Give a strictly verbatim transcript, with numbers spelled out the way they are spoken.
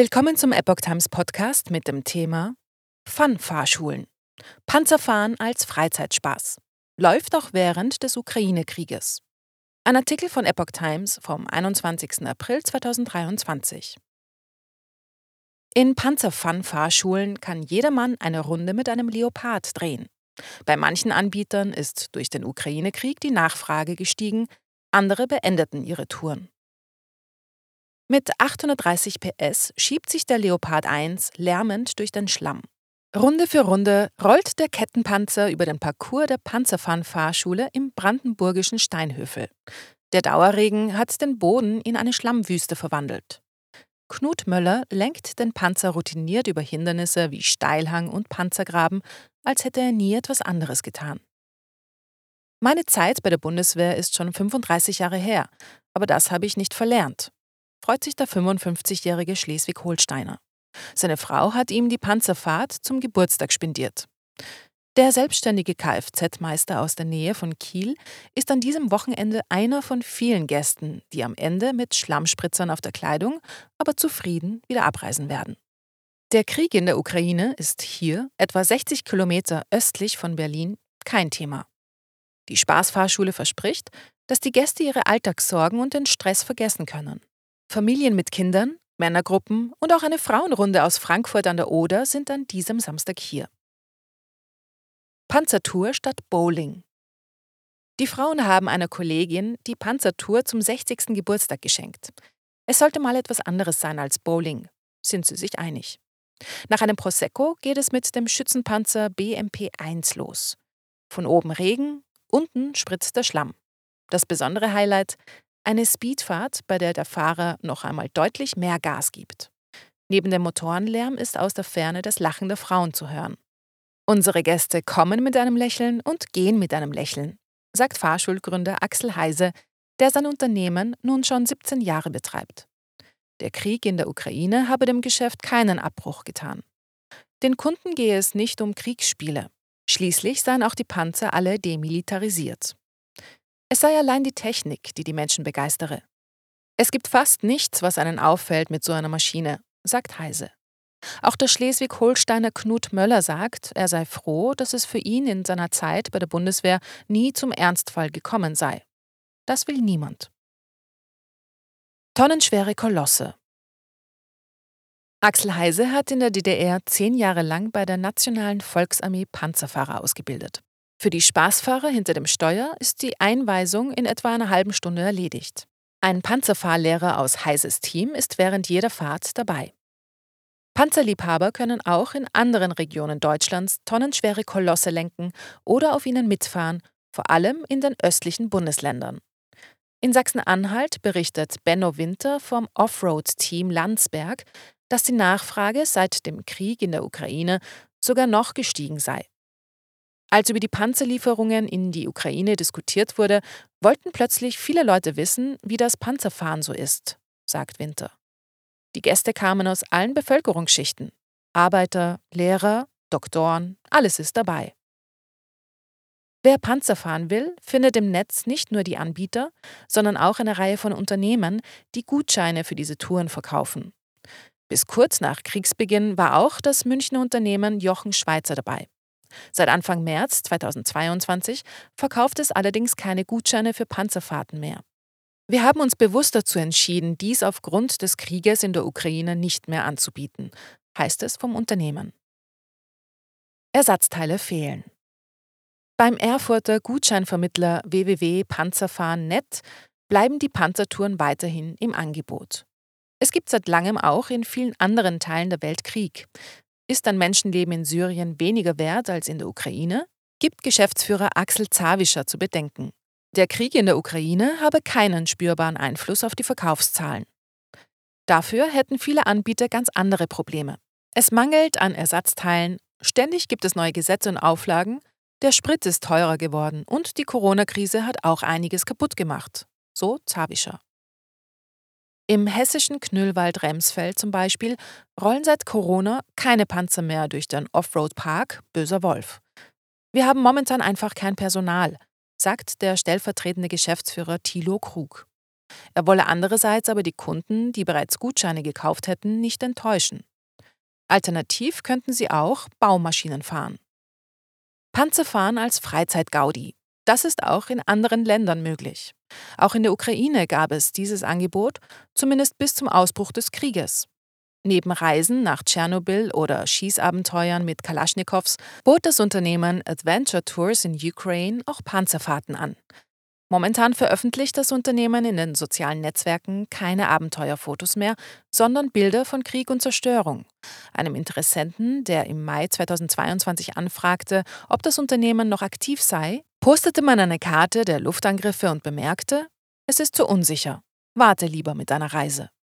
Willkommen zum Epoch Times Podcast mit dem Thema Fun-Fahrschulen. Panzerfahren als Freizeitspaß. Läuft auch während des Ukraine-Krieges. Ein Artikel von Epoch Times vom einundzwanzigsten April zweitausenddreiundzwanzig. In Panzer-Fun-Fahrschulen kann jedermann eine Runde mit einem Leopard drehen. Bei manchen Anbietern ist durch den Ukraine-Krieg die Nachfrage gestiegen, andere beendeten ihre Touren. Mit achthundertdreißig P S schiebt sich der Leopard eins lärmend durch den Schlamm. Runde für Runde rollt der Kettenpanzer über den Parcours der Panzerfun-Fahrschule im brandenburgischen Steinhöfel. Der Dauerregen hat den Boden in eine Schlammwüste verwandelt. Knut Möller lenkt den Panzer routiniert über Hindernisse wie Steilhang und Panzergraben, als hätte er nie etwas anderes getan. Meine Zeit bei der Bundeswehr ist schon fünfunddreißig Jahre her, aber das habe ich nicht verlernt, freut sich der fünfundfünfzigjährige Schleswig-Holsteiner. Seine Frau hat ihm die Panzerfahrt zum Geburtstag spendiert. Der selbstständige Kfz-Meister aus der Nähe von Kiel ist an diesem Wochenende einer von vielen Gästen, die am Ende mit Schlammspritzern auf der Kleidung, aber zufrieden wieder abreisen werden. Der Krieg in der Ukraine ist hier, etwa sechzig Kilometer östlich von Berlin, kein Thema. Die Spaßfahrschule verspricht, dass die Gäste ihre Alltagssorgen und den Stress vergessen können. Familien mit Kindern, Männergruppen und auch eine Frauenrunde aus Frankfurt an der Oder sind an diesem Samstag hier. Panzertour statt Bowling. Die Frauen haben einer Kollegin die Panzertour zum sechzigsten Geburtstag geschenkt. Es sollte mal etwas anderes sein als Bowling, sind sie sich einig. Nach einem Prosecco geht es mit dem Schützenpanzer B M P eins los. Von oben Regen, unten spritzt der Schlamm. Das besondere Highlight: eine Speedfahrt, bei der der Fahrer noch einmal deutlich mehr Gas gibt. Neben dem Motorenlärm ist aus der Ferne das Lachen der Frauen zu hören. Unsere Gäste kommen mit einem Lächeln und gehen mit einem Lächeln, sagt Fahrschulgründer Axel Heise, der sein Unternehmen nun schon siebzehn Jahre betreibt. Der Krieg in der Ukraine habe dem Geschäft keinen Abbruch getan. Den Kunden gehe es nicht um Kriegsspiele. Schließlich seien auch die Panzer alle demilitarisiert. Es sei allein die Technik, die die Menschen begeistere. Es gibt fast nichts, was einen auffällt mit so einer Maschine, sagt Heise. Auch der Schleswig-Holsteiner Knut Möller sagt, er sei froh, dass es für ihn in seiner Zeit bei der Bundeswehr nie zum Ernstfall gekommen sei. Das will niemand. Tonnenschwere Kolosse. Axel Heise hat in der D D R zehn Jahre lang bei der Nationalen Volksarmee Panzerfahrer ausgebildet. Für die Spaßfahrer hinter dem Steuer ist die Einweisung in etwa einer halben Stunde erledigt. Ein Panzerfahrlehrer aus Heises Team ist während jeder Fahrt dabei. Panzerliebhaber können auch in anderen Regionen Deutschlands tonnenschwere Kolosse lenken oder auf ihnen mitfahren, vor allem in den östlichen Bundesländern. In Sachsen-Anhalt berichtet Benno Winter vom Offroad-Team Landsberg, dass die Nachfrage seit dem Krieg in der Ukraine sogar noch gestiegen sei. Als über die Panzerlieferungen in die Ukraine diskutiert wurde, wollten plötzlich viele Leute wissen, wie das Panzerfahren so ist, sagt Winter. Die Gäste kamen aus allen Bevölkerungsschichten. Arbeiter, Lehrer, Doktoren, alles ist dabei. Wer Panzer fahren will, findet im Netz nicht nur die Anbieter, sondern auch eine Reihe von Unternehmen, die Gutscheine für diese Touren verkaufen. Bis kurz nach Kriegsbeginn war auch das Münchner Unternehmen Jochen Schweizer dabei. Seit Anfang März zweitausendzweiundzwanzig verkauft es allerdings keine Gutscheine für Panzerfahrten mehr. Wir haben uns bewusst dazu entschieden, dies aufgrund des Krieges in der Ukraine nicht mehr anzubieten, heißt es vom Unternehmen. Ersatzteile fehlen. Beim Erfurter Gutscheinvermittler w w w punkt panzerfahren punkt net bleiben die Panzertouren weiterhin im Angebot. Es gibt seit langem auch in vielen anderen Teilen der Welt Krieg. Ist ein Menschenleben in Syrien weniger wert als in der Ukraine? Gibt Geschäftsführer Axel Zawischer zu bedenken. Der Krieg in der Ukraine habe keinen spürbaren Einfluss auf die Verkaufszahlen. Dafür hätten viele Anbieter ganz andere Probleme. Es mangelt an Ersatzteilen, ständig gibt es neue Gesetze und Auflagen, der Sprit ist teurer geworden und die Corona-Krise hat auch einiges kaputt gemacht, so Zawischer. Im hessischen Knüllwald-Remsfeld zum Beispiel rollen seit Corona keine Panzer mehr durch den Offroad-Park Böser Wolf. Wir haben momentan einfach kein Personal, sagt der stellvertretende Geschäftsführer Thilo Krug. Er wolle andererseits aber die Kunden, die bereits Gutscheine gekauft hätten, nicht enttäuschen. Alternativ könnten sie auch Baumaschinen fahren. Panzerfahren als Freizeitgaudi. Das ist auch in anderen Ländern möglich. Auch in der Ukraine gab es dieses Angebot, zumindest bis zum Ausbruch des Krieges. Neben Reisen nach Tschernobyl oder Schießabenteuern mit Kalaschnikows bot das Unternehmen Adventure Tours in Ukraine auch Panzerfahrten an. Momentan veröffentlicht das Unternehmen in den sozialen Netzwerken keine Abenteuerfotos mehr, sondern Bilder von Krieg und Zerstörung. Einem Interessenten, der im Mai zweitausendzweiundzwanzig anfragte, ob das Unternehmen noch aktiv sei, postete man eine Karte der Luftangriffe und bemerkte: Es ist zu unsicher. Warte lieber mit deiner Reise.